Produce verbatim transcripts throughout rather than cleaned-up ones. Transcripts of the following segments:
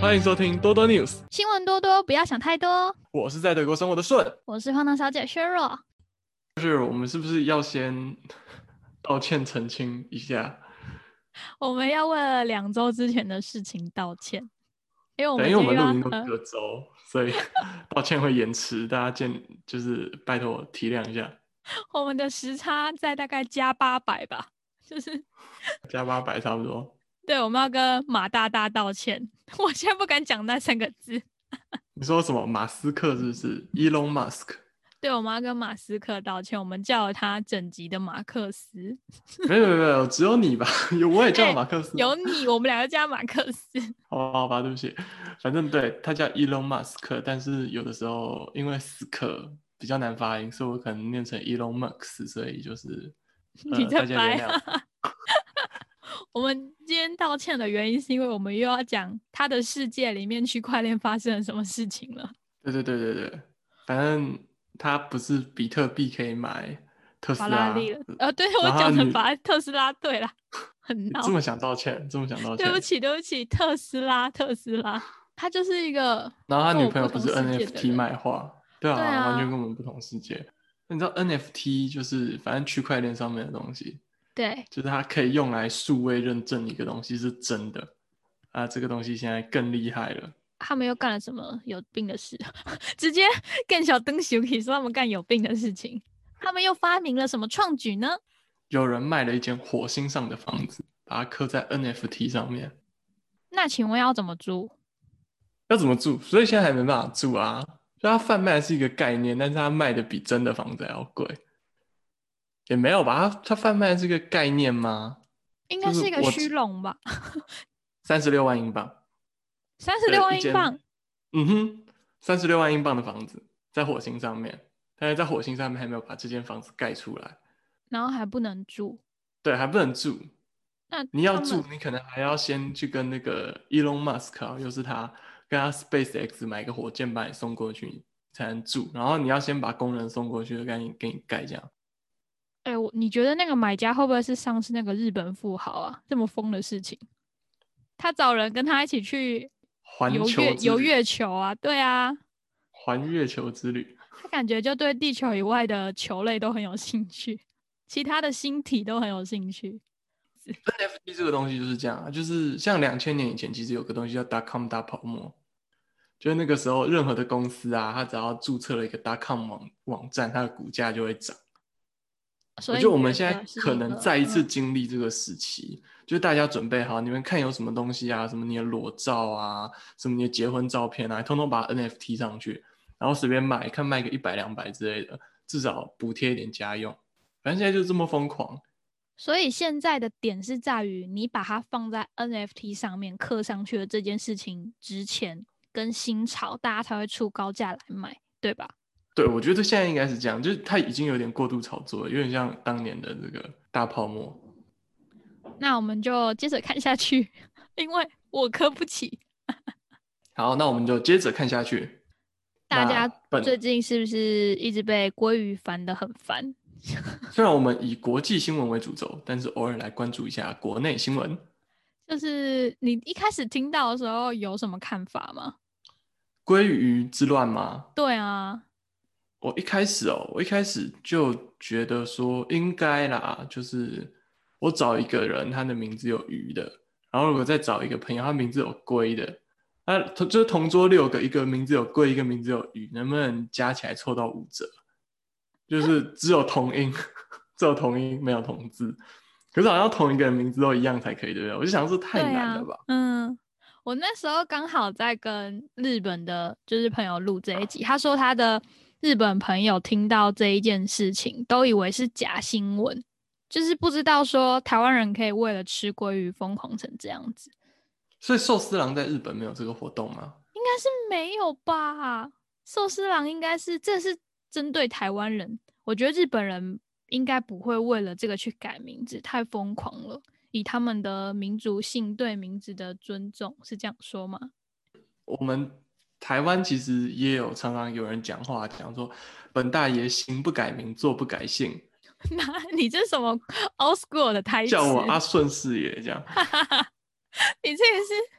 欢迎收听多多 News， 新闻多多，不要想太多。 我是在德国生活的顺， 我是荒唐小姐薛若。 就是我们是不是要先道歉澄清一下？ 我们要为了两周之前的事情道歉，因为我们因为我们录音都呃、 隔周，所以道歉会延迟，大家见就是拜托体谅一下。 我们的时差在大概加八百吧，就是加八百差不多。 对，我们要跟马大大道歉。我现在不敢讲那三个字。 你说什么？马斯克是不是 ？Elon Musk？ 对，我们要跟马斯克道歉，我们叫了他整集的马克思。 没有没有没有，只有你吧？有我也叫马克思、 欸。有你，我们两个叫马克思。 好吧好吧，对不起，反正对他叫 Elon Musk， 但是有的时候因为斯克比较难发音，所以我可能念成 Elon Musk， 所以就是、呃、 你在掰啊。 我们今天道歉的原因是因为我们又要讲他的世界里面区块链发生了什么事情了。 对对对对对，反正他不是比特币可以买特斯拉了。呃，对，我讲的法特斯拉，对啦，很闹。 这么想道歉，这么想道歉。 对不起，对不起，特斯拉，特斯拉，他就是一个。 然后他女朋友不是 N F T 卖画，对啊， 对啊， 完全跟我们不同世界。你知道 N F T 就是反正区块链上面的东西。 对， 就是它可以用来数位认证一个东西是真的啊，这个东西现在更厉害了。 他们又干了什么有病的事？直接更小灯小可以说他们干有病的事情。他们又发明了什么创举呢？ 有人卖了一间火星上的房子，把它刻在 N F T 上面。 那请问要怎么住？ 要怎么住？所以现在还没办法住啊。所以它贩卖的是一个概念，但是它卖的比真的房子还要贵。也没有吧，他他贩卖的是个概念吗？ 应该是一个虚荣吧。 三十六万英镑， 三十六万英镑， 嗯哼，三十六万英镑的房子在火星上面，但是在火星上面还没有把这间房子盖出来， 然后还不能住。 对，还不能住。 那你要住，你可能还要先去跟那个 Elon Musk 啊，又是他跟他 SpaceX 买个火箭把你送过去才能住，然后你要先把工人送过去，给你给你盖这样。 哎、欸，你觉得那个买家会不会是上次那个日本富豪啊？这么疯的事情，他找人跟他一起去游月游月球啊？对啊， 环月球之旅。 他感觉就对地球以外的球类都很有兴趣，其他的星体都很有兴趣。 N F T 这个东西就是这样啊，就是像两千年以前，其实有个东西叫 dot-com 大泡沫，就是那个时候任何的公司啊，它只要注册了一个 dot-com 网网站，它的股价就会涨。我觉得我们现在可能再一次经历这个时期，嗯、就是大家准备好，你们看有什么东西啊，什么你的裸照啊，什么你的结婚照片啊，通通把 N F T 上去，然后随便卖，看卖个一百两百之类的，至少补贴一点家用。反正现在就这么疯狂。 所以现在的点是在于，你把它放在 N F T 上面刻上去的这件事情值钱跟新潮，大家才会出高价来买，对吧？ 对，我觉得现在应该是这样，就是它已经有点过度炒作了，有点像当年的这个大泡沫。 那我们就接着看下去，因为我磕不起。 好，那我们就接着看下去。 大家最近是不是一直被鲑鱼烦得很烦？ 虽然我们以国际新闻为主轴，但是偶尔来关注一下国内新闻。 就是你一开始听到的时候有什么看法吗？ 鲑鱼之乱吗？ 对啊。 我一开始哦，我一开始就觉得说应该啦，就是我找一个人，他的名字有鱼的，然后如果再找一个朋友，他名字有龟的，那就是同桌六个，一个名字有龟，一个名字有鱼，能不能加起来凑到五折？就是只有同音，只有同音没有同字，可是好像同一个人名字都一样才可以，对不对？我就想说太难了吧。 啊、嗯。我那时候刚好在跟日本的就是朋友录这一集，他说他的日本朋友听到这一件事情都以为是假新闻，就是不知道说台湾人可以为了吃鲑鱼疯狂成这样子。 所以寿司郎在日本没有这个活动吗？ 应该是没有吧，寿司郎应该是这是针对台湾人，我觉得日本人应该不会为了这个去改名字，太疯狂了，以他们的民族性对名字的尊重，是这样说吗？ 我们台湾其实也有常常有人讲话讲说本大爷行不改名坐不改姓。 那你这是什么 old school 的台词？ 叫我阿顺四爷这样。 你这个是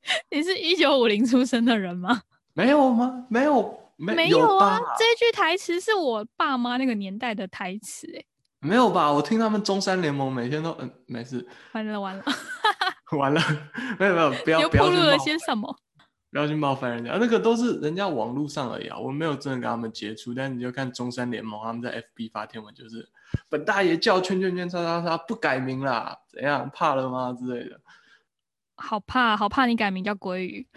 你是一九五零出生的人吗？ 没有吗？没有，没没有啊， 吧？ 这句台词是我爸妈那个年代的台词，哎， 没有吧？我听他们中山联盟每天都嗯，没事， 完了完了， 完了，没有没有，不你要不要又暴露了去冒犯， 些什么？ 不要去冒犯人家，那个都是人家网络上而已啊，我没有真的跟他们接触，但你就看中山联盟他们在 F B 发天文，就是本大爷叫圈圈圈叉叉叉不改名啦，怎样怕了吗之类的， 好怕，好怕你改名叫鲑鱼，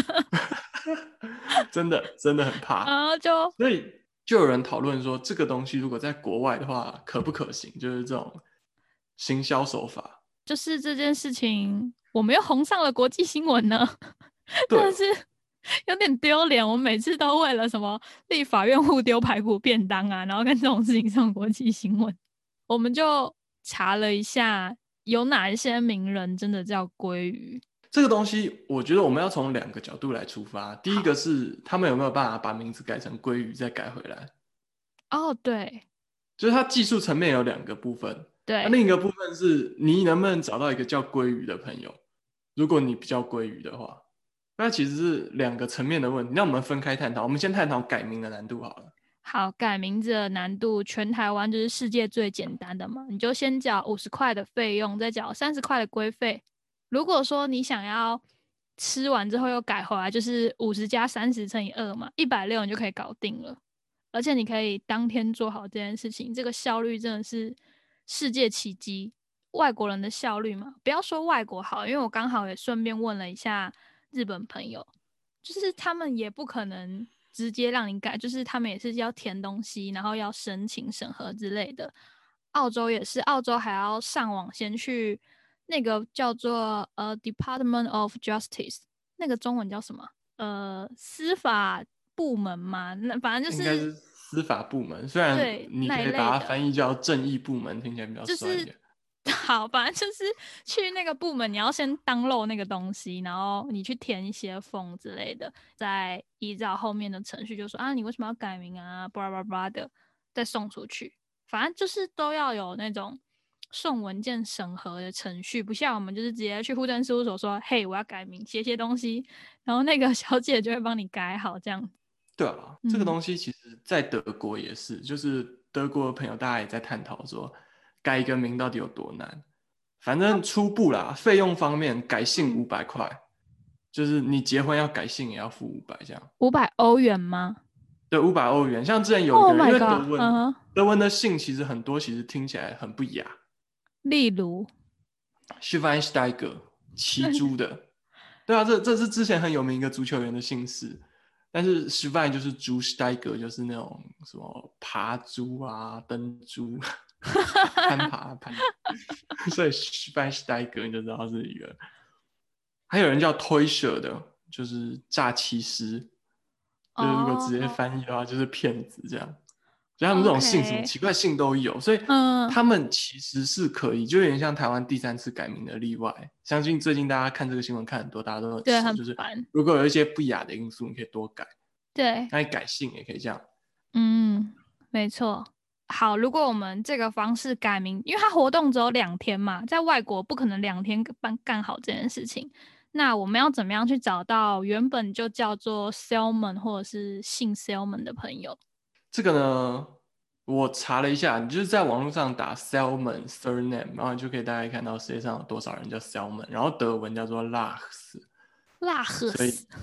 真的真的很怕， 然后就所以就有人讨论说，这个东西如果在国外的话，可不可行？就是这种行销手法。 就是这件事情，我们又红上了国际新闻呢，但对， 是有点丢脸。我每次都为了什么立法院互丢排骨便当啊，然后跟这种事情上国际新闻。我们就查了一下，有哪一些名人真的叫鲑鱼。 这个东西，我觉得我们要从两个角度来出发。第一好， 个是他们有没有办法把名字改成鲑鱼，再改回来， 哦，对就是它技术层面有两个部分。那、 对， 另一个部分是你能不能找到一个叫鲑鱼的朋友？如果你不叫鲑鱼的话，那其实是两个层面的问题。那我们分开探讨。我们先探讨改名的难度好了。 好，改名字的难度，全台湾就是世界最简单的嘛，你就先缴五十块的费用，再缴三十块的规费。如果说你想要吃完之后又改回来，就是五十加三十乘以二嘛，一百六你就可以搞定了。而且你可以当天做好这件事情，这个效率真的是世界奇迹。外国人的效率嘛，不要说外国好，因为我刚好也顺便问了一下日本朋友，就是他们也不可能直接让你改，就是他们也是要填东西，然后要申请审核之类的。澳洲也是，澳洲还要上网先去那个叫做呃 Department of Justice，那个中文叫什么？呃，司法部门嘛，那反正就是应该是司法部门，虽然对那一你可以把它类的。 翻译叫正义部门，听起来比较就是帅一点。 好，反正就是去那个部门，你要先 download 那个东西，然后你去填一些 form 之类的，再依照后面的程序，就说啊，你为什么要改名啊，巴拉巴拉巴拉的，再送出去。反正就是都要有那种送文件审核的程序，不像我们就是直接去户政事务所说，嘿，我要改名，写写东西，然后那个小姐就会帮你改好这样。 对啊，这个嗯， 东西其实在德国也是，就是德国的朋友大家也在探讨说，改一个名到底有多难。反正初步啦，费用方面改姓嗯， 五百块，就是你结婚要改姓也要付五百这样。 五百欧元吗对，五百欧元。像之前有一 ？Oh 个人，因 my 为德 god！ 文嗯哼， 德文的姓其实很多，其实听起来很不雅。 例如。 Schweinsteiger 骑那猪的，对啊，这这是之前很有名一个足球员的姓氏。但是 Schwein 就是猪，Steiger 就是那种什么爬猪啊、登猪、攀爬攀，所以 Schweinsteiger 你就知道是一个。还有人叫 Täuscher 的，就是诈欺师，就是如果直接哦翻译的话，就是骗子这样。所以他们这种姓什么 ，OK， 奇怪姓都有，所以嗯， 他们其实是可以，就有点像台湾第三次改名的例外。相信最近大家看这个新闻看很多，大家都很对， 熟， 很就是烦， 如果有一些不雅的因素，你可以多改。 对， 那你改姓也可以这样。 嗯，没错。好，如果我们这个方式改名，因为它活动只有两天嘛，在外国不可能两天办干好这件事情。那我们要怎么样去找到原本就叫做 Salmon 或者是姓 Salmon 的朋友？ 这个呢，我查了一下，你就是在网络上打 Salmon surname，然后你就可以大概看到世界上有多少人叫 Salmon，然后德文叫做 Lachs， 辣赫所以斯，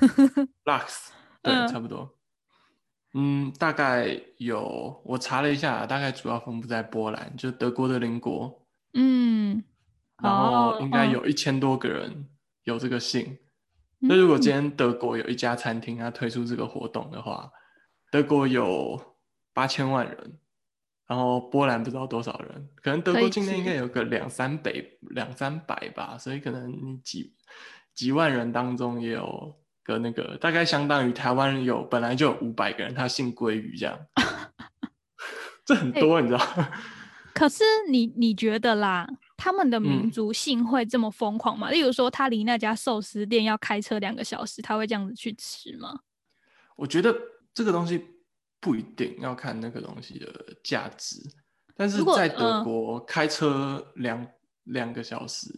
Lachs 对，差嗯不多。嗯，大概有我查了一下，大概主要分布在波兰，就德国的邻国， 嗯， 然后应该哦嗯有一千多个人有这个姓。那如果今嗯， 天德国有一家餐厅，它推出这个活动的话，德国有八千万人，然后波兰不知道多少人，可能德可国以吃， 境内应该有个两三百两三百吧，所以可能你几几万人当中也有个那个，大概相当于台湾有本来就有五百个人，他姓鲑鱼这样，这很哎、 多，你知道？ 可是你你觉得啦，他们的民嗯， 族性会这么疯狂吗？例如说，他离那家寿司店要开车两个小时，他会这样子去吃吗？ 我觉得这个东西不一定要看那个东西的价值，但是如果在德嗯、呃国开车两两个小时，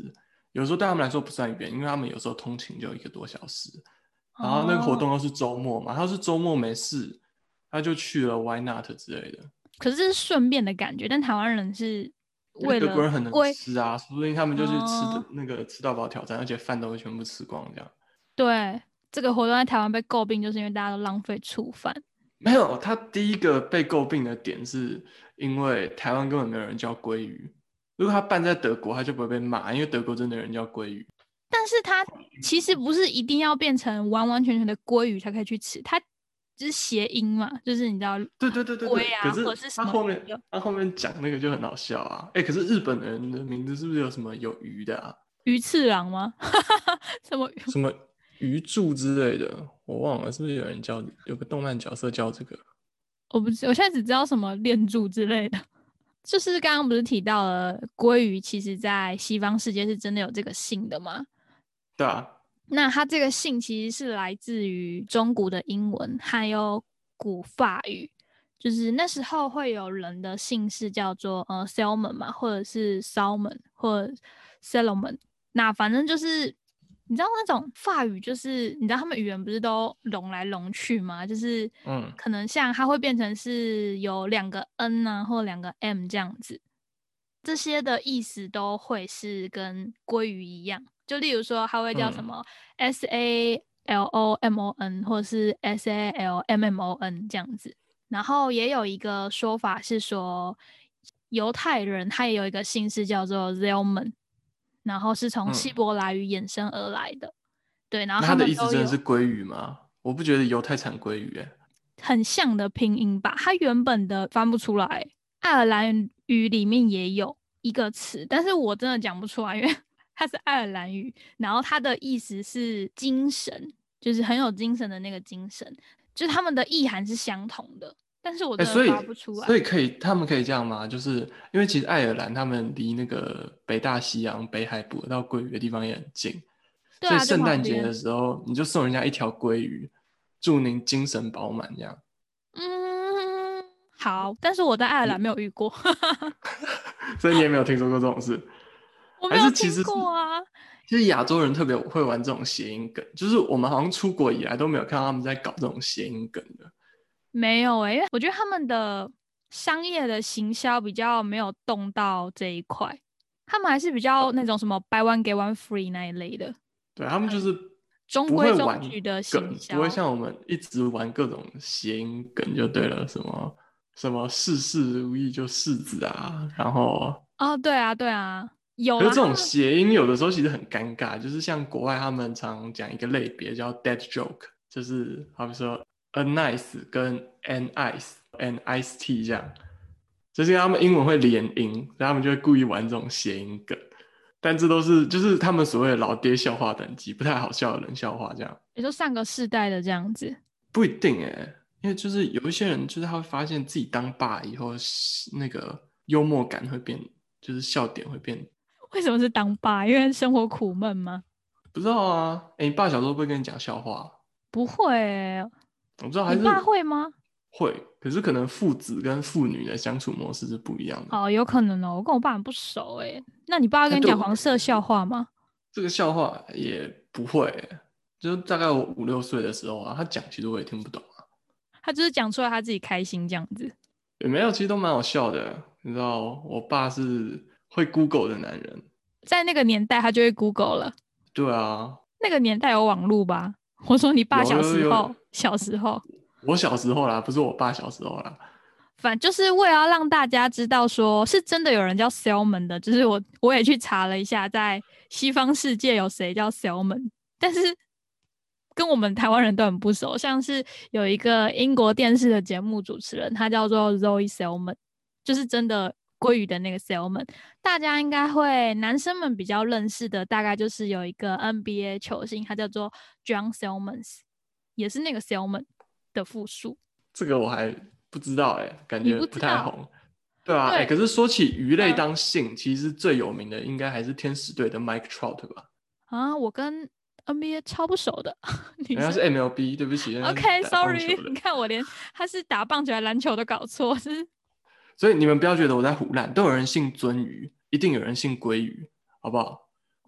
有时候对他们来说不算远，因为他们有时候通勤就一个多小时。然后那个活哦， 动又是周末嘛，他要是周末没事，他就去了 Why Not 之类的。 可是这是顺便的感觉，但台湾人是因为德为了国人很能归， 吃啊，说不定他们就去吃的哦， 那个吃到饱挑战，而且饭都会全部吃光这样。 对，这个活动在台湾被诟病，就是因为大家都浪费醋饭。 没有，他第一个被诟病的点是因为台湾根本没有人叫鲑鱼。如果他办在德国，他就不会被骂，因为德国真的有人叫鲑鱼。 但是它其实不是一定要变成完完全全的鲑鱼才可以去吃，它只是谐音嘛，就是你知道对对对对对，可龟啊，或者是是什么他后面鱼的他后面讲那个就很好笑啊。哎，可是日本人的名字是不是有什么有鱼的啊？ 鱼次郎吗？什么鱼？ 什么鱼柱之类的，我忘了，是不是有人叫有个动漫角色叫这个？ 我不知，我现在只知道什么链柱之类的。就是刚刚不是提到了鲑鱼，其实在西方世界是真的有这个姓的吗？ 对啊， 那它这个姓其实是来自于中古的英文，还有古法语。就是那时候会有人的姓氏叫做呃 Salmon 嘛，或者是 Salmon 或者 Salomon。那反正就是你知道那种法语，就是你知道他们语言不是都融来融去吗？就是嗯可能像它会变成是有两个 N 啊，或两个 M 这样子。这些的意思都会是跟鲑鱼一样，就例如说它会叫什嗯么 S A L O M O N 或者是 S A L M M O N 这样子。然后也有一个说法是说，犹太人他也有一个姓氏叫做 Zalman，然后是从希嗯， 伯来语衍生而来的。对，然后他那他的意思们都有真的是鲑鱼吗？我不觉得犹太产鲑鱼哎。 很像的拼音吧，它原本的翻不出来。爱尔兰语里面也有一个词，但是我真的讲不出来，因为它是爱尔兰语，然后它的意思是精神，就是很有精神的那个精神，就是他们的意涵是相同的，但是我哎， 真的发所以不出来。 所以可以，他们可以这样吗？就是因为其实爱尔兰他们离那个北大西洋、北海捕得到鲑鱼的地方也很近，所以对啊，就圣诞节的旁边。 时候你就送人家一条鲑鱼，祝您精神饱满这样。 嗯，好，但是我在爱尔兰没有遇过， 所以你也没有听说过这种事，还我没有听是其实是过啊。 其实亚洲人特别会玩这种谐音梗，就是我们好像出国以来都没有看到他们在搞这种谐音梗的。 没有诶、因为我觉得他们的商业的行销比较没有动到这一块，他们还是比较那种什么 buy one get one free 那一类的， 对，他们就是中不规中会玩矩的行梗，不会销。 像我们一直玩各种谐音梗就对了，什么什么事事如意就柿子啊，然后哦，对啊，对啊，有啦， 可是这种他们谐音有的时候其实很尴尬，就是像国外他们常讲一个类别叫 dead joke，就是好比说 a nice 跟 an ice an ice tea 这样，就是因为他们英文会连音，所以他们就会故意玩这种谐音梗，但这都是就是他们所谓的老爹笑话等级，不太好笑的冷笑话这样。 也就上个世代的这样子。 不一定哎，因为就是有一些人就是他会发现自己当爸以后，那个幽默感会变，就是笑点会变。 为什么是当爸？因为生活苦闷吗？ 不知道啊，哎，你爸小时候会不会跟你讲笑话？ 不会欸、 我不知道， 你爸还是会吗？ 会，可是可能父子跟父女的相处模式是不一样的。 哦，有可能哦，我跟我爸很不熟诶。那你爸会哎， 跟你对， 讲黄色笑话吗？ 这个笑话也不会欸，就是大概我五六岁的时候啊，他讲其实我也听不懂啊， 他就是讲出来他自己开心这样子。 也没有，其实都蛮好笑的。你知道，我爸是会 Google 的男人， 在那个年代，他就会 Google 了。 对啊， 那个年代有网络吧？我说你爸有小有有， 时候，小时候， 我小时候啦，不是我爸小时候啦。 反就是为了要让大家知道，说是真的有人叫 Salmon 的。就是我我也去查了一下，在西方世界有谁叫 Salmon，但是跟我们台湾人都很不熟。像是有一个英国电视的节目主持人，他叫做 Zoe Salmon，就是真的鲑鱼的那个 Salmon。大家应该会，男生们比较认识的，大概就是有一个 N B A 球星，他叫做 John Salmons，也是那个 Salmon 的复数。 这个我还不知道哎、感你觉不知道？ 不太红。对啊，哎、 对， 可是说起鱼类嗯当性，其实最有名的应该还是天使队的 Mike Trout 吧？ 啊，我跟 N B A 超不熟的女生。 人家是 M L B，对不起，人家是打棒球 OK，Sorry，、 的。 你看我连他是打棒球还篮球都搞错，是所以你们不要觉得我在胡乱，都有人姓鳟鱼，一定有人姓鲑鱼，好不好？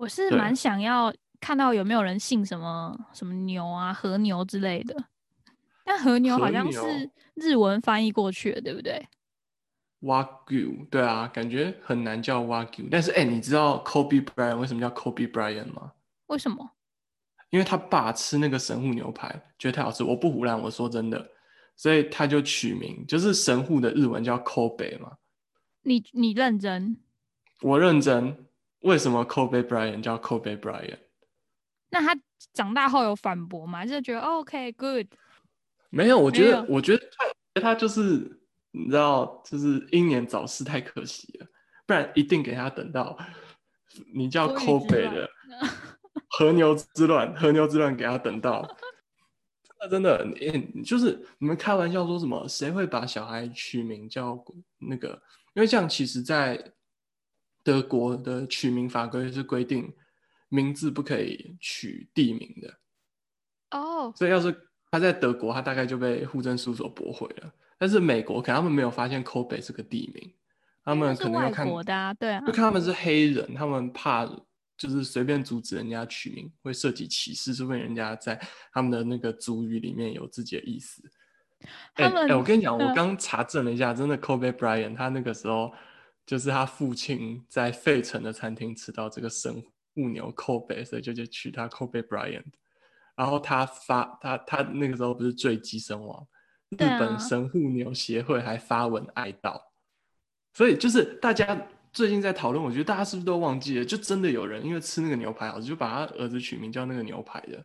我是对， 蛮想要看到有没有人姓什么什么牛啊，和牛之类的。但和牛好和像是牛日文翻译过去的，对不对？ Wagyu，对啊，感觉很难叫 Wagyu。但是哎、欸你知道 Kobe Bryant 为什么叫 Kobe Bryant 吗？ 为什么？ 因为他爸吃那个神户牛排，觉得太好吃，我不胡乱，我说真的，所以他就取名，就是神户的日文叫 Kobe 嘛。 你你认真？ 我认真，为什么 Kobe Bryant 叫 Kobe Bryant？ 那他长大后有反驳吗？就觉得、哦、OK good。 没有，我觉得， 没有。 我觉得他他就是你知道，就是英年早逝太可惜了，不然一定给他等到你叫鲑鱼之 Kobe 乱。 的和牛之乱，和牛之乱给他等到。那真的，你就是你们开玩笑说什么？谁会把小孩取名叫那个？因为这样，其实，在德国的取名法规是规定，名字不可以取地名的。 哦， 所以要是他在德国，他大概就被户政事务所驳回了。但是美国可能他们没有发现 Kobe 是个地名，他因为那们是外可能又看， 国的啊，对啊。 就看他们是黑人，他们怕就是随便阻止人家取名会涉及歧视，除非人家在他们的那个族语里面有自己的意思。哎、欸、哎、欸， 他们我跟你讲，我嗯刚查证了一下，真的 Kobe Bryant 他那个时候就是他父亲在费城的餐厅吃到这个神户牛 Kobe，所以就就取他 Kobe Bryant。然后他发他他那个时候不是坠机身亡，日本对啊。 神户牛协会还发文哀悼，所以就是大家最近在讨论，我觉得大家是不是都忘记了？就真的有人因为吃那个牛排好吃，就把他儿子取名叫那个牛排的，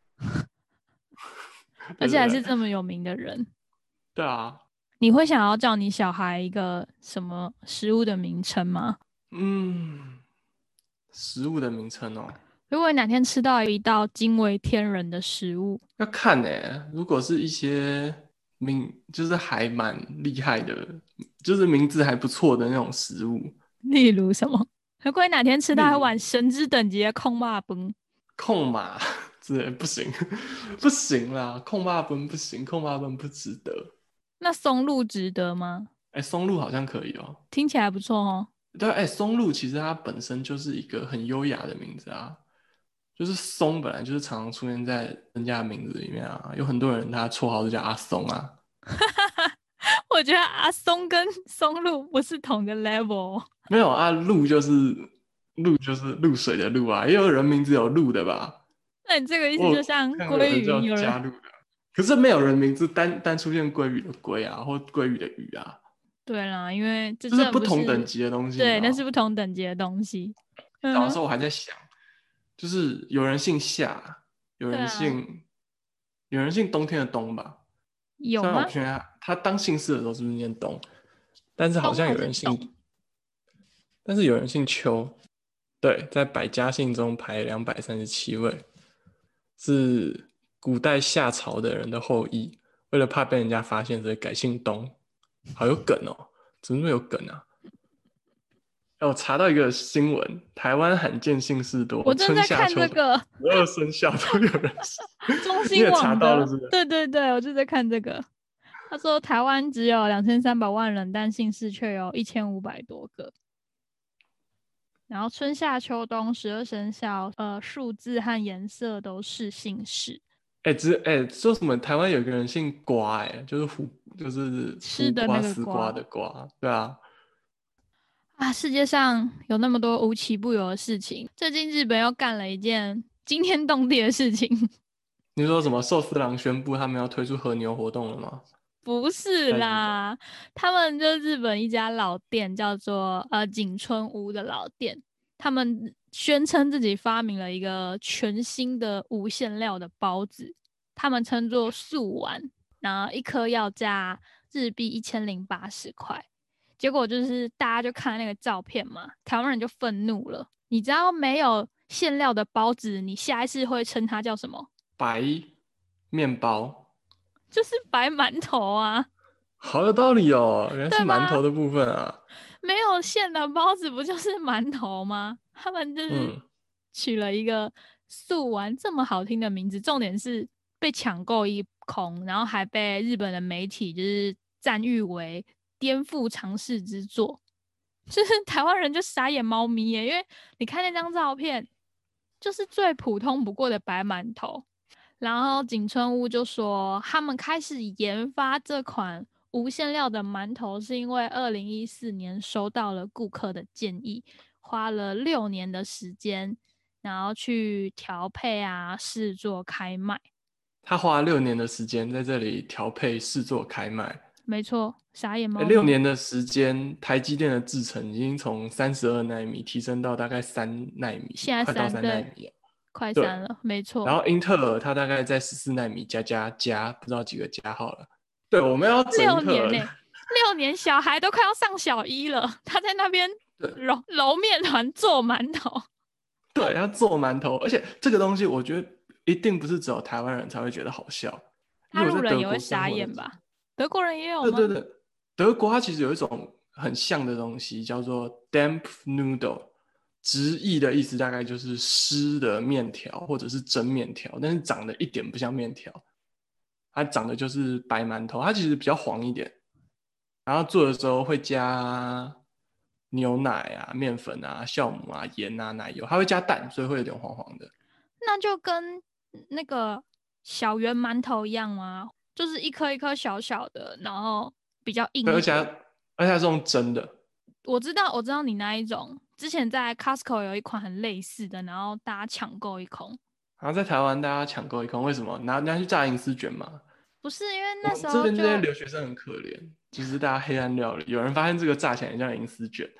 而且还对对对， 是这么有名的人。 对啊， 你会想要叫你小孩一个什么食物的名称吗？ 嗯，食物的名称哦， 如果你哪天吃到一道惊为天人的食物， 要看呢、欸如果是一些名，就是还蛮厉害的，就是名字还不错的那种食物， 例如什么？如果你哪天吃到一例如碗神之等级的空霸崩， 控马这不行，不行啦，控霸分不行，控霸分不值得。 那松露值得吗？ 哎，松露好像可以哦。 听起来不错哦。 对，哎，松露其实它本身就是一个很优雅的名字啊，就是松本来就是常常出现在人家的名字里面啊，有很多人他绰号就叫阿松啊。 我觉得阿松跟松露不是同个 level。 没有啊，露就是露就是露水的露啊，也有人名字有露的吧？ 那你这个意思我有就像看过有鲑鱼， 人叫有人加露的，可是没有人名字单单出现鲑鱼的鲑啊，或鲑鱼的鱼啊。 对啦，因为这真的这是不同等不是。 级的东西，你知对，那是道？ 不同等级的东西。嗯哼。 早的时候我还在想，就是有人姓夏，有人对啊。 姓有人姓冬天的冬吧。虽然我有吗？ 不确定他他当姓氏的时候是不是念冬，但是好东像有还是懂？ 人姓，但是有人姓邱。对，在百家姓中排两百三十七位，是古代夏朝的人的后裔。为了怕被人家发现，所以改姓冬。好有梗哦，怎么那么有梗啊？哎，我查到一个新闻，台湾罕见姓氏多， 我正春在看夏秋冬这个。 十二生肖都有人姓。 中你也查新网的。 到了是不是？ 对对对，我就在看这个。他说台湾只有两千三百万人，但姓氏却有一千五百多个。然后春夏秋冬十二生肖，呃，数字和颜色都是姓氏。 哎，只哎说什么？台湾有个人姓瓜，哎，就是胡，就是胡瓜、 吃的那个丝瓜瓜。 的瓜，对啊。 啊，世界上有那么多无奇不有的事情，最近日本又干了一件惊天动地的事情。 你说什么？寿司郎宣布他们要推出和牛活动了吗？ 不是在日本， 啦，他们就日本一家老店叫做呃景春屋的老店，他们宣称自己发明了一个全新的无馅料的包子，他们称作素丸，然后一颗要价日币一千零八十块。结果就是大家就看那个照片嘛，台湾人就愤怒了。你知道没有馅料的包子，你下一次会称它叫什么？ 白面包， 就是白馒头啊。 好有道理哦，原来是对吧？ 馒头的部分啊。 没有馅的包子不就是馒头吗？他们就是嗯， 取了一个素丸这么好听的名字，重点是被抢购一空，然后还被日本的媒体就是赞誉为颠覆常识之作。就是台湾人就傻眼猫咪耶，因为你看那张照片， 就是最普通不过的白馒头。然后景春屋就说，他们开始研发这款无馅料的馒头，是因为二零一四年收到了顾客的建议，花了六年的时间，然后去调配啊，试做开卖。 他花了六年的时间在这里调配试做开卖。 没错，傻眼猫咪。 六年的时间，台积电的制程已经从三十二纳米提升到大概三纳米， 现在快到三对， 三纳米了。 快对三了，没错。 然后英特尔它大概在十四纳米加加加，不知道几个加好了。对，我们要整英特尔。 六年呢、欸，六年小孩都快要上小一了，他在那边揉揉面团做馒头。 对，要做馒头，而且这个东西我觉得一定不是只有台湾人才会觉得好笑，因为我在德国人也会傻眼吧？德国人也有吗？ 对对对，德国它其实有一种很像的东西，叫做 damp noodle， 直译的意思大概就是湿的面条或者是蒸面条，但是长得一点不像面条，它长得就是白馒头，它其实比较黄一点，然后做的时候会加牛奶啊、面粉啊、酵母啊、盐啊、奶油，它会加蛋，所以会有点黄黄的。 那就跟那个小圆馒头一样吗？就是一颗一颗小小的，然后比较硬一点。 而且它而且它是用蒸的。 我知道，我知道你那一种，之前在 Costco 有一款很类似的，然后大家抢购一空。 然后在台湾大家抢购一空，为什么？拿拿去炸银丝卷嘛？ 不是因为那时我这候就边这些留学生很可怜，就是大家黑暗料理。有人发现这个炸起来像银丝卷。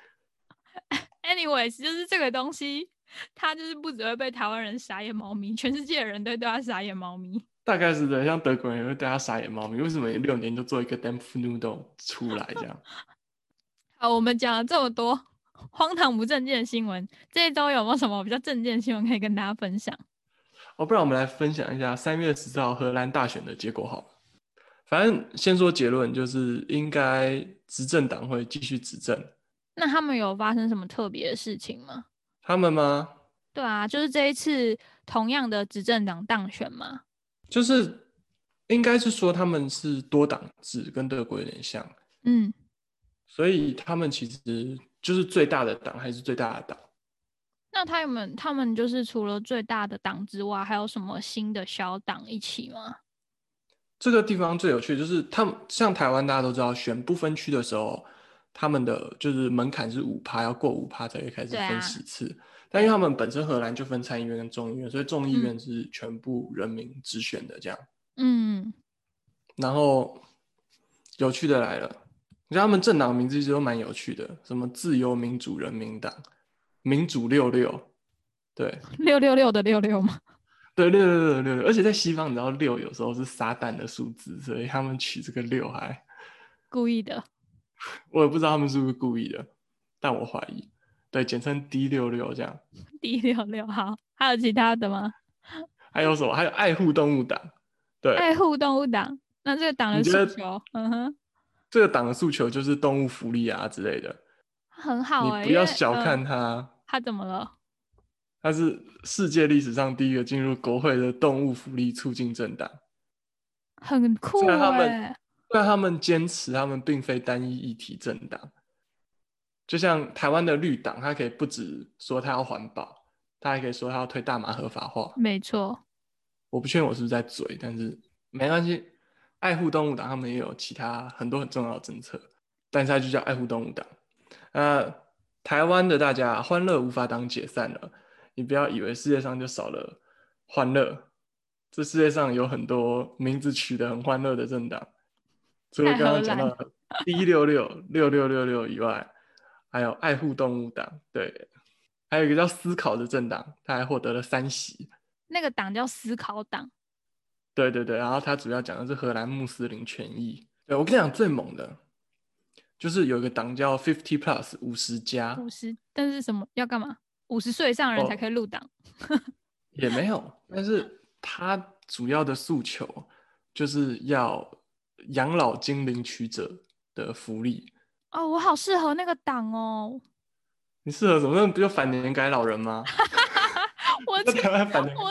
anyways， 就是这个东西，它就是不只会被台湾人傻眼猫咪，全世界的人都对它傻眼猫咪。 大概是的，像德国人也会对他傻眼猫咪，为什么六年就做一个 damp noodle 出来这样？ 好，我们讲了这么多荒唐不正经的新闻，这一周有没有什么比较正经的新闻可以跟大家分享？ 哦，不然我们来分享一下三月十四号荷兰大选的结果好了。反正先说结论，就是应该执政党会继续执政。 那他们有发生什么特别的事情吗？ 他们吗？ 对啊，就是这一次同样的执政党当选吗？ 就是应该是说他们是多党制，跟德国有点像。 嗯， 所以他们其实就是最大的党还是最大的党。 那他们他们就是除了最大的党之外，还有什么新的小党一起吗？ 这个地方最有趣的就是他们像台湾大家都知道，选不分区的时候，他们的就是门槛是五趴，要过五趴才会开始分席次。啊、但因为他们本身荷兰就分参议院跟众议院，所以众议院是全部人民直选的这样。嗯，然后有趣的来了，你知道他们政党名字其实都蛮有趣的，什么自由民主人民党、民主六六，对， 六六六的六六吗？ 对，六六六六六，而且在西方，你知道六有时候是撒旦的数字，所以他们取这个六还故意的。 我也不知道他们是不是故意的，但我怀疑。对，简称 D 六六这样。 D 六六好，还有其他的吗？ 还有什么？还有爱护动物党。对， 爱护动物党。那这个党的诉求，嗯哼， 这个党的诉求就是动物福利啊之类的。 很好哎、欸， 你不要小看它。 呃、它怎么了？ 它是世界历史上第一个进入国会的动物福利促进政党， 很酷哎、欸。 虽然他们坚持他们并非单一议题政党，就像台湾的绿党，它可以不只说它要环保，它还可以说它要推大麻合法化。 没错， 我不确定我是不是在嘴，但是没关系。爱护动物党他们也有其他很多很重要的政策，但是它就叫爱护动物党。呃，台湾的大家欢乐无法党解散了，你不要以为世界上就少了欢乐，这世界上有很多名字取得很欢乐的政党，除了刚刚讲到的 D 六六六六六六以外，还有爱护动物党，对，还有一个叫思考的政党，他还获得了三席。 那个党叫思考党。 对对对，然后他主要讲的是荷兰穆斯林权益。对，我跟你讲最猛的，就是有一个党叫 Fifty Plus 五十加。 五十，但是什么要干嘛？五十岁以上的人才可以入党？ 哦、也没有，但是他主要的诉求就是要养老金领取者的福利。 哦，我好适合那个党哦。 你适合什么？那不就反年改老人吗？ 我台湾反年我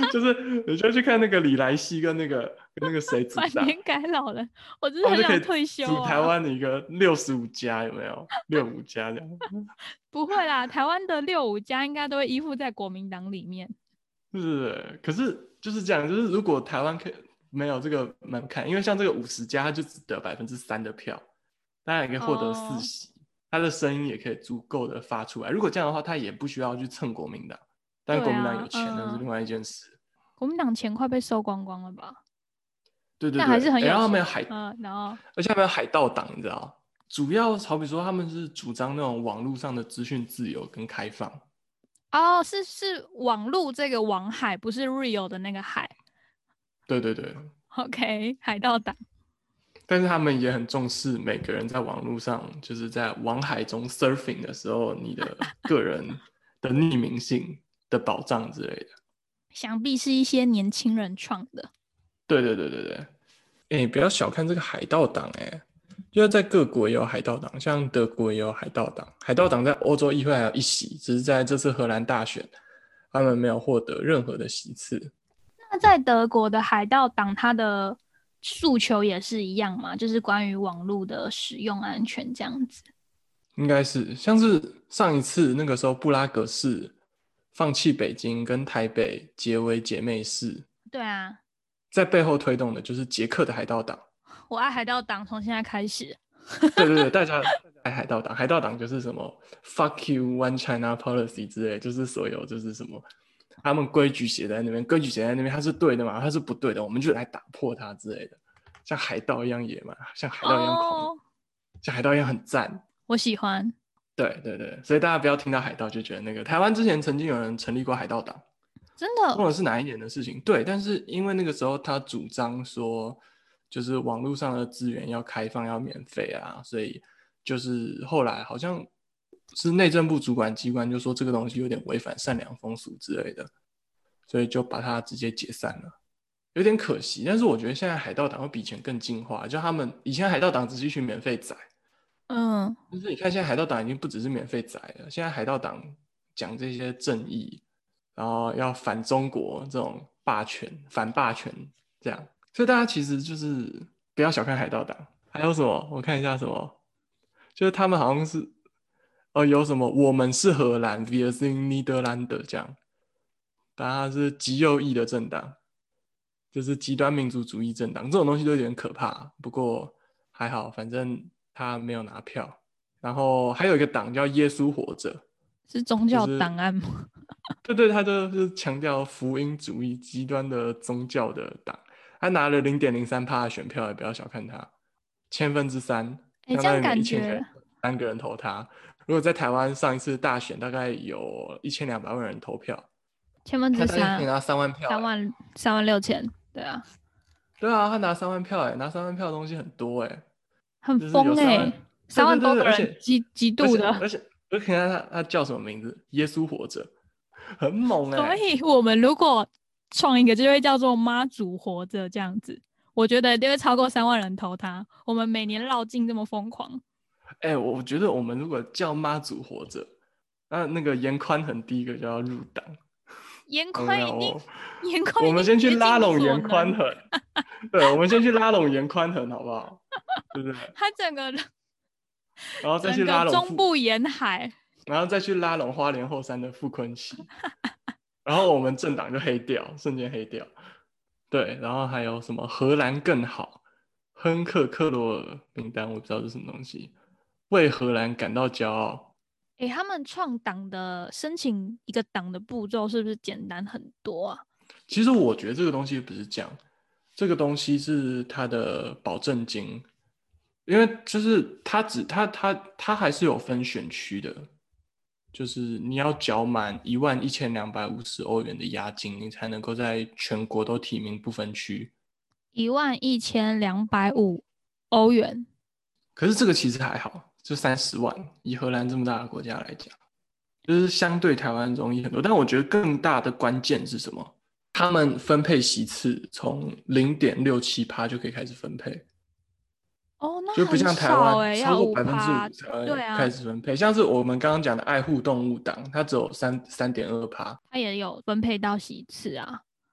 就是你就去看那个李来熙跟那个跟那个谁组打， 百年改老人，我真的很他们就可以想退休组台啊！ 湾的一个六十五家，有没有？六五家这样。 不会啦，台湾的六五家应该都会依附在国民党里面。 是不是？可是就是这样，就是如果台湾可以没有这个门槛，因为像这个五十家，他就只得百分之三的票，当然也可以获得四席，哦、他的声音也可以足够的发出来。如果这样的话，他也不需要去蹭国民党，但国民党有钱，那、啊、是另外一件事。 国民党钱快被收光光了吧？ 对对对， 但还是很有钱。 然后他们有海， 嗯，然后而且他们有海盗党，你知道？主要好比说他们是主张那种网络上的资讯自由跟开放。 哦，是是网路这个网海，不是 real 的那个海。 对对对 ，OK， 海盗党。 但是他们也很重视每个人在网络上，就是在网海中 surfing 的时候，你的个人的匿名性的保障之类的。 想必是一些年轻人创的。 对对对对对，哎、欸，不要小看这个海盗党，哎，就是在各国也有海盗党，像德国也有海盗党。海盗党在欧洲议会还有一席，只是在这次荷兰大选，他们没有获得任何的席次。 那在德国的海盗党，它的诉求也是一样吗？就是关于网络的使用安全这样子。 应该是，像是上一次那个时候，布拉格市放弃北京跟台北结为姐妹市。 对啊， 在背后推动的就是捷克的海盗党。 我爱海盗党，从现在开始。 对对对，大家爱海盗党。海盗党就是什么 "fuck you One China policy" 之类，就是所有就是什么，他们规矩写在那边，规矩写在那边，它是对的嘛，它是不对的，我们就来打破它之类的，像海盗一样野蛮，像海盗一样狂， oh, 像海盗一样很赞。 我喜欢。 对对对，所以大家不要听到海盗就觉得那个台湾之前曾经有人成立过海盗党。 真的？ 忘了是哪一年的事情。对，但是因为那个时候他主张说，就是网络上的资源要开放、要免费啊，所以就是后来好像是内政部主管机关就说这个东西有点违反善良风俗之类的，所以就把它直接解散了，有点可惜。但是我觉得现在海盗党会比以前更进化，就他们以前海盗党只是一群免费仔， 嗯， 但是你看现在海盗党已经不只是免费仔了，现在海盗党讲这些正义。然后要反中国这种霸权、反霸权这样，所以大家其实就是不要小看海盗党。还有什么？我看一下什么，就是他们好像是呃有什么我们是荷兰 ，Wir sind Niederlande 这样，但它是极右翼的政党，就是极端民族主义政党，这种东西都有点可怕。不过还好，反正他没有拿票。然后还有一个党叫耶稣活着。 是宗教档案吗？ 就是、对对，他就是强调福音主义极端的宗教的党，他拿了 零点零三 趴的选票，也不要小看他，千分之三， 相当于每一千个三个人投他。如果在台湾上一次大选，大概有一千两百万人投票， 千分之三， 他拿三万票， 三万三万六千，对啊， 对啊，他拿三万票，哎，拿三万票的东西很多，哎， 很疯哎、欸，三万多个人极极度的， 而且。我就看他他叫什么名字？耶稣活着，很猛哎、 欸！所以我们如果创一个，就会叫做妈祖活着这样子。我觉得就会超过三万人投他。我们每年绕境这么疯狂， 哎、欸，我觉得我们如果叫妈祖活着，那那个严宽恒第一个就要入党。 严宽一定，严宽， 我们先去拉拢严宽恒。对，我们先去拉拢严宽恒，好不好？对不对？ 他整个。 然后再去拉拢中部沿海， 然后再去拉拢花莲后山的傅昆萁，然后我们政党就黑掉，瞬间黑掉。对，然后还有什么荷兰更好，亨克克罗尔名单，我不知道是什么东西，为荷兰感到骄傲。 哎，他们创党的申请一个党的步骤是不是简单很多啊？ 其实我觉得这个东西不是这样，这个东西是他的保证金。因为就是他只他他他还是有分选区的，就是你要缴满一万一千两百五十欧元的押金，你才能够在全国都提名不分区。 一万一千两百五欧元， 可是这个其实还好，就三十万，以荷兰这么大的国家来讲，就是相对台湾容易很多。但我觉得更大的关键是什么？他们分配席次从零点六七趴就可以开始分配。 哦，那就不像台湾超过百分之五才对啊开始分配，像是我们刚刚讲的爱护动物党，它只有三三点二趴， 它也有分配到席次啊。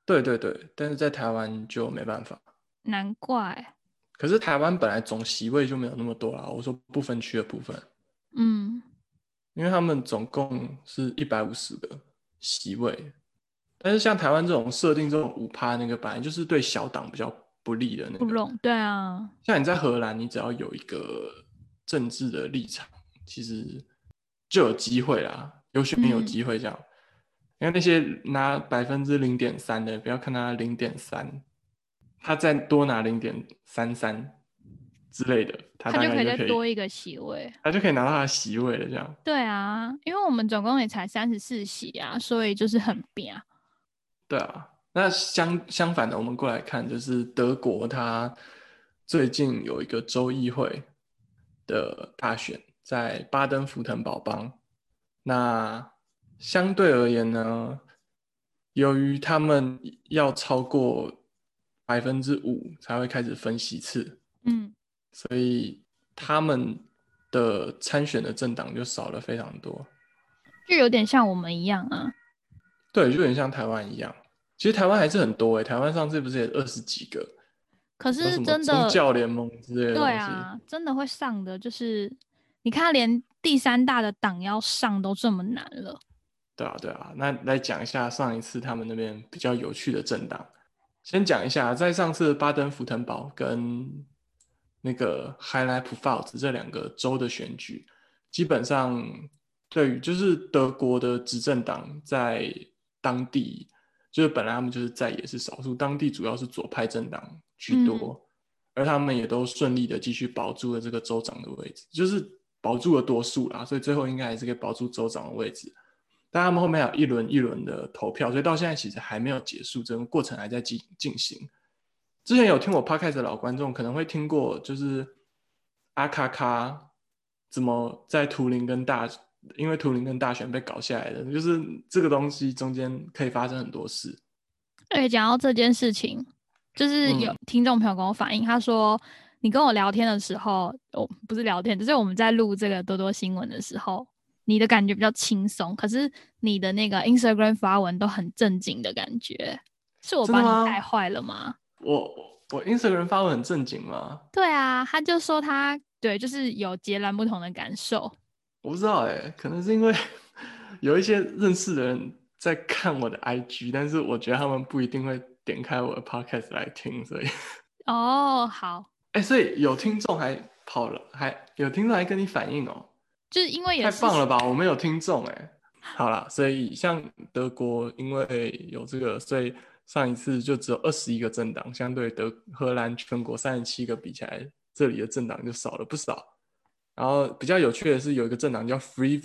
对对对，但是在台湾就没办法。 难怪。 可是台湾本来总席位就没有那么多啦，我说不分区的部分， 嗯， 因为他们总共是一百五十个席位，但是像台湾这种设定这种五趴那个，本来就是对小党比较不利的那个。 不拢，对啊， 像你在荷兰，你只要有一个政治的立场，其实就有机会啦，有选有嗯， 机会这样。因为那些拿百分之零点三的，不要看他零点三，他再多拿零点三三之类的，他大他就可以再概就可以， 多一个席位。 他就可以拿到他的席位了。这样， 对啊，因为我们总共也才三十四席啊，所以就是很扁。 对啊。那相相反的，我们过来看，就是德国，它最近有一个州议会的大选，在巴登符腾堡邦。那相对而言呢，由于他们要超过百分之五才会开始分席次， 嗯， 所以他们的参选的政党就少了非常多。 就有点像我们一样啊。 对，就有点像台湾一样。其实台湾还是很多诶、欸台湾上次不是也二十几个， 可是有什么真的， 宗教联盟之类的东西。 对啊，真的会上的，就是你看，连第三大的党要上都这么难了。 对啊，对啊。那来讲一下上一次他们那边比较有趣的政党。先讲一下，在上次巴登符腾堡跟那个海莱普法尔茨这两个州的选举，基本上对于就是德国的执政党在当地，就是本来他们就是在也是少数，当地主要是左派政党居嗯， 多，而他们也都顺利的继续保住了这个州长的位置，就是保住了多数啦，所以最后应该还是可以保住州长的位置。但他们后面还有一轮一轮的投票，所以到现在其实还没有结束，整个过程还在进进行。之前有听我 podcast 的老观众可能会听过，就是阿卡卡怎么在图灵跟大，因为图灵跟大选被搞下来的，就是这个东西中间可以发生很多事。 而且讲到这件事情，就是有嗯， 听众朋友跟我反映，他说你跟我聊天的时候，哦，不是聊天，就是我们在录这个多多新闻的时候，你的感觉比较轻松，可是你的那个 Instagram 发文都很正经的感觉，是我真的把你带吗？ 坏了吗？ 我我 Instagram 发文很正经吗？ 对啊，他就说他对，就是有截然不同的感受。 我不知道哎、欸可能是因为有一些认识的人在看我的 I G，但是我觉得他们不一定会点开我的 podcast 来听，所以哦，好， 哎、欸所以有听众还跑了，还有听众还跟你反映哦， 就是因为也太是棒了吧！我们有听众哎，好啦，所以像德国因为有这个，所以上一次就只有二十一个政党，相对德荷兰全国三十七个比起来，这里的政党就少了不少。然后比较有趣的是，有一个政党叫 Free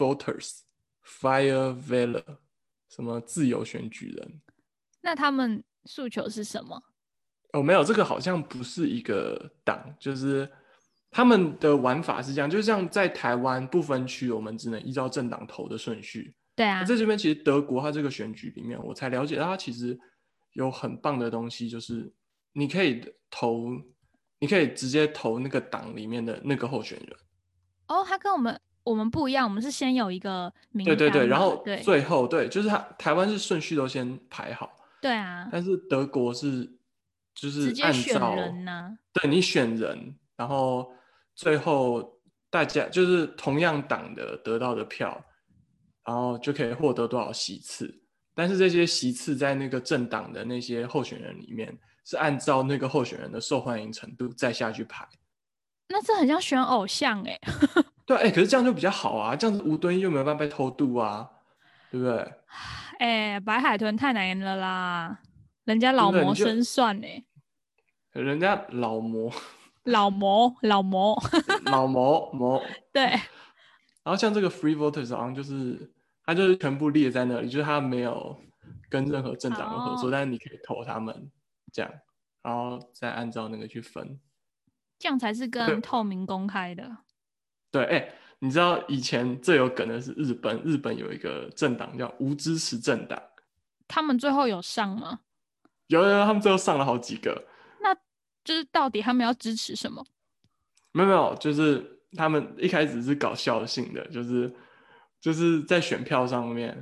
Voters（Freie Wähler），什么自由选举人。 那他们诉求是什么？ 哦，没有，这个好像不是一个党，就是他们的玩法是这样，就像在台湾不分区，我们只能依照政党投的顺序。 对啊， 那在这边，其实德国它这个选举里面，我才了解到它其实有很棒的东西，就是你可以投，你可以直接投那个党里面的那个候选人。 哦，他跟我们我们不一样，我们是先有一个名对对对，然单嘛， 后对最后对，就是它台湾是顺序都先排好， 对啊， 但是德国是就直是按接选人照呢、 对你选人，然后最后大家就是同样党的得到的票，然后就可以获得多少席次。但是这些席次在那个政党的那些候选人里面，是按照那个候选人的受欢迎程度再下去排。 那这很像选偶像哎、 对，哎，可是这样就比较好啊，这样子吴敦义就没有办法被偷渡啊，对不对？ 哎、白海豚太难了啦，人家对不对？你老谋就深算哎、 人家老魔老谋老谋， 老魔魔， 对， 然后像这个 Free Voters 好像就是它就是全部列在那里，就是它没有跟任何政党有合作， 哦， 但是你可以投他们这样，然后再按照那个去分。 这样才是更对透明公开的。 对，哎，你知道以前最有梗的是日本，日本有一个政党叫无支持政党， 他们最后有上吗？ 有有有他们最后上了好几个， 那就是到底他们要支持什么？ 没有没有，就是他们一开始是搞笑性的，就是就是在选票上面，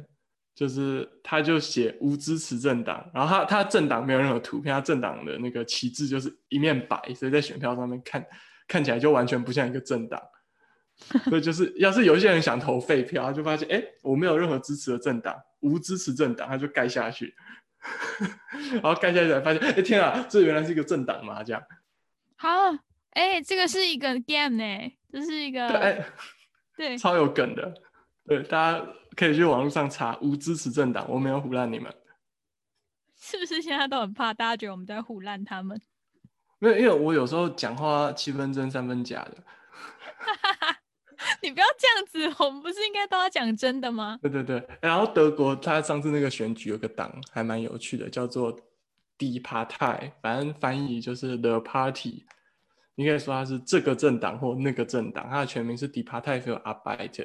就是他就写无支持政党，然后他他政党没有任何图片，他政党的那个旗帜就是一面白，所以在选票上面看看起来就完全不像一个政党。所以就是要是有一些人想投废票，他就发现哎，我没有任何支持的政党，无支持政党，他就盖下去。然后盖下去才发现，哎天啊，这原来是一个政党嘛，这样。 好，哎，这个是一个 game 呢，这是一个对，哎， 对， 超有梗的。对，大家可以去网络上查无支持政党，我没有唬烂你们。 是不是现在都很怕大家觉得我们在唬烂他们？ 没有，因为我有时候讲话七分真三分假的。 你不要这样子，我们不是应该都要讲真的吗？ 对对对，然后德国他上次那个选举有个党还蛮有趣的，叫做Die Partei，反正翻译就是 The Party。你可以说它是这个政党或那个政党，它的全名是 Die Partei für Arbeit,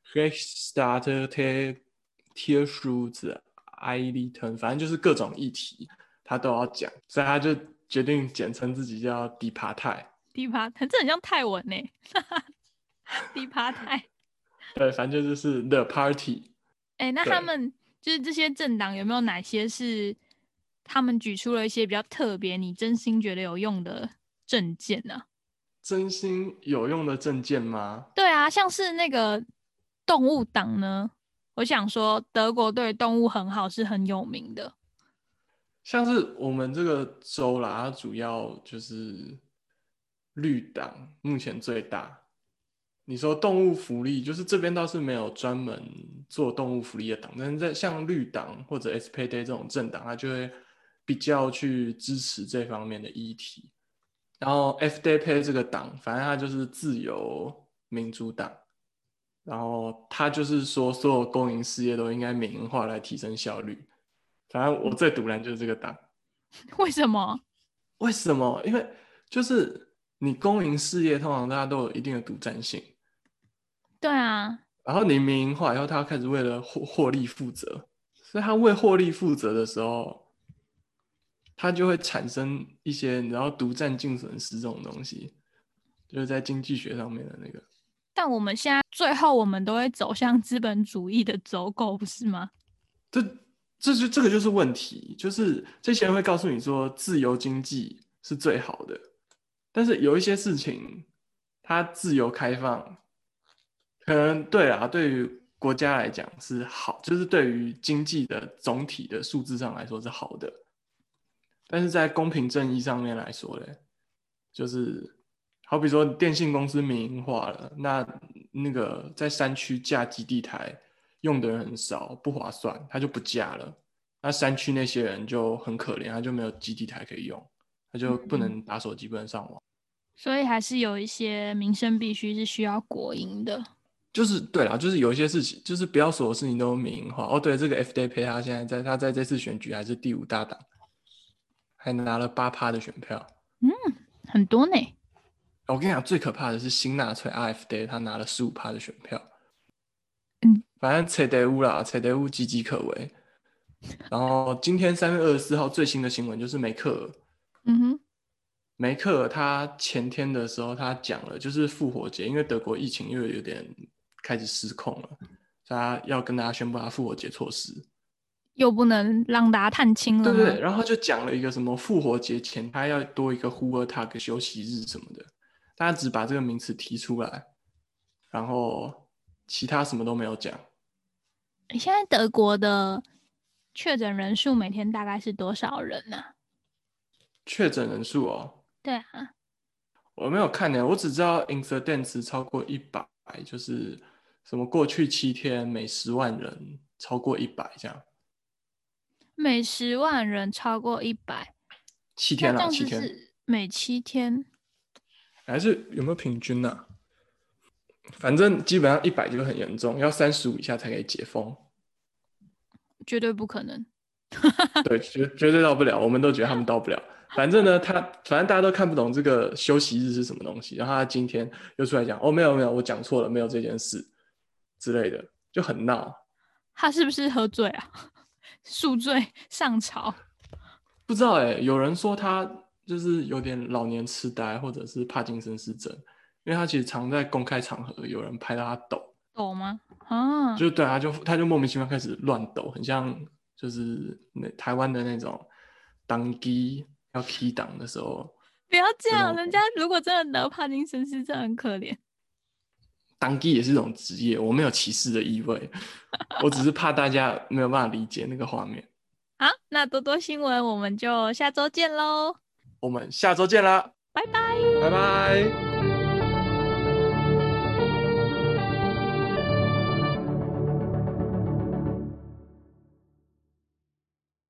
Rechtsstaatliche Tierschutz, Einrichten， 反正就是各种议题他都要讲，所以他就决定简称自己叫 Die Partei。 Die Partei，这很像泰文呢。Die Partei。 对，反正就是 The Party。 哎、欸，那他们就是这些政党有没有哪些是他们举出了一些比较特别，你真心觉得有用的政见呢、啊？ 真心有用的政见吗？ 对啊，像是那个动物党呢，我想说德国对动物很好，是很有名的。 像是我们这个州啦，它主要就是绿党目前最大。你说动物福利，就是这边倒是没有专门做动物福利的党，但是在像绿党或者 S P D 这种政党，它就会比较去支持这方面的议题。然后 F D P 这个党，反正它就是自由民主党，然后它就是说所有公营事业都应该民营化来提升效率。反正我最堵拦就是这个党。 为什么？ 为什么？因为就是你公营事业通常大家都有一定的独占性。 对啊， 然后你民营化以后，他要开始为了获获利负责，所以他为获利负责的时候，他就会产生一些然后独占净损失这种东西，就是在经济学上面的那个。 但我们现在最后我们都会走向资本主义的走狗，不是吗？ 这这就这个就是问题，就是这些人会告诉你说自由经济是最好的，但是有一些事情它自由开放。可能对啊，对于国家来讲是好，就是对于经济的总体的数字上来说是好的，但是在公平正义上面来说嘞，就是好比说电信公司民营化了，那那个在山区架基地台用的人很少，不划算，他就不架了，那山区那些人就很可怜，他就没有基地台可以用，他就不能打手机，不能上网， 所以还是有一些民生必须是需要国营的。 就是对啦，就是有一些事情，就是不要所有事情都民营化。哦，对，这个 F D P 他现在在他在这次选举还是第五大党，还拿了八趴的选票。 嗯，很多呢。 我跟你讲，最可怕的是新纳粹 A F D， 他拿了十五趴的选票。 嗯， 反正扯得乌啦，扯得乌岌岌可危。然后今天三月二十四号最新的新闻就是梅克尔。 嗯哼， 梅克尔他前天的时候他讲了，就是复活节，因为德国疫情又有点开始失控了，他要跟大家宣布他复活节措施， 又不能让大家探亲了吗？ 对对，然后他就讲了一个什么复活节前他要多一个呼尔塔克休息日什么的，大家只把这个名词提出来，然后其他什么都没有讲。 现在德国的确诊人数每天大概是多少人呢、啊？ 确诊人数哦， 对啊， 我没有看呢，我只知道 incidence 超过一百，就是什么过去七天每十万人超过一百这样。 每十万人超过一百， 七天啦， 那这样子七天， 是每七天， 还是有没有平均啊？反正基本上一百就很严重，要三十五以下才可以解封。 绝对不可能。 对，绝绝对到不了，我们都觉得他们到不了。反正呢，他反正大家都看不懂这个休息日是什么东西，然后他今天又出来讲，哦，没有没有，我讲错了，没有这件事之类的，就很闹。 他是不是喝醉啊？宿醉上朝？ 不知道哎、欸，有人说他就是有点老年痴呆，或者是帕金森氏症，因为他其实常在公开场合有人拍到他抖， 抖吗？啊， 就对啊，就他就莫名其妙开始乱抖，很像就是那台湾的那种当机要 key 档的时候不要这样， 的那种人家如果真的得帕金森氏，真的很可怜。 当机也是一种职业，我没有歧视的意味，我只是怕大家没有办法理解那个画面。 好，那多多新闻我们就下周见喽， 我们下周见啦， 拜拜。 拜拜。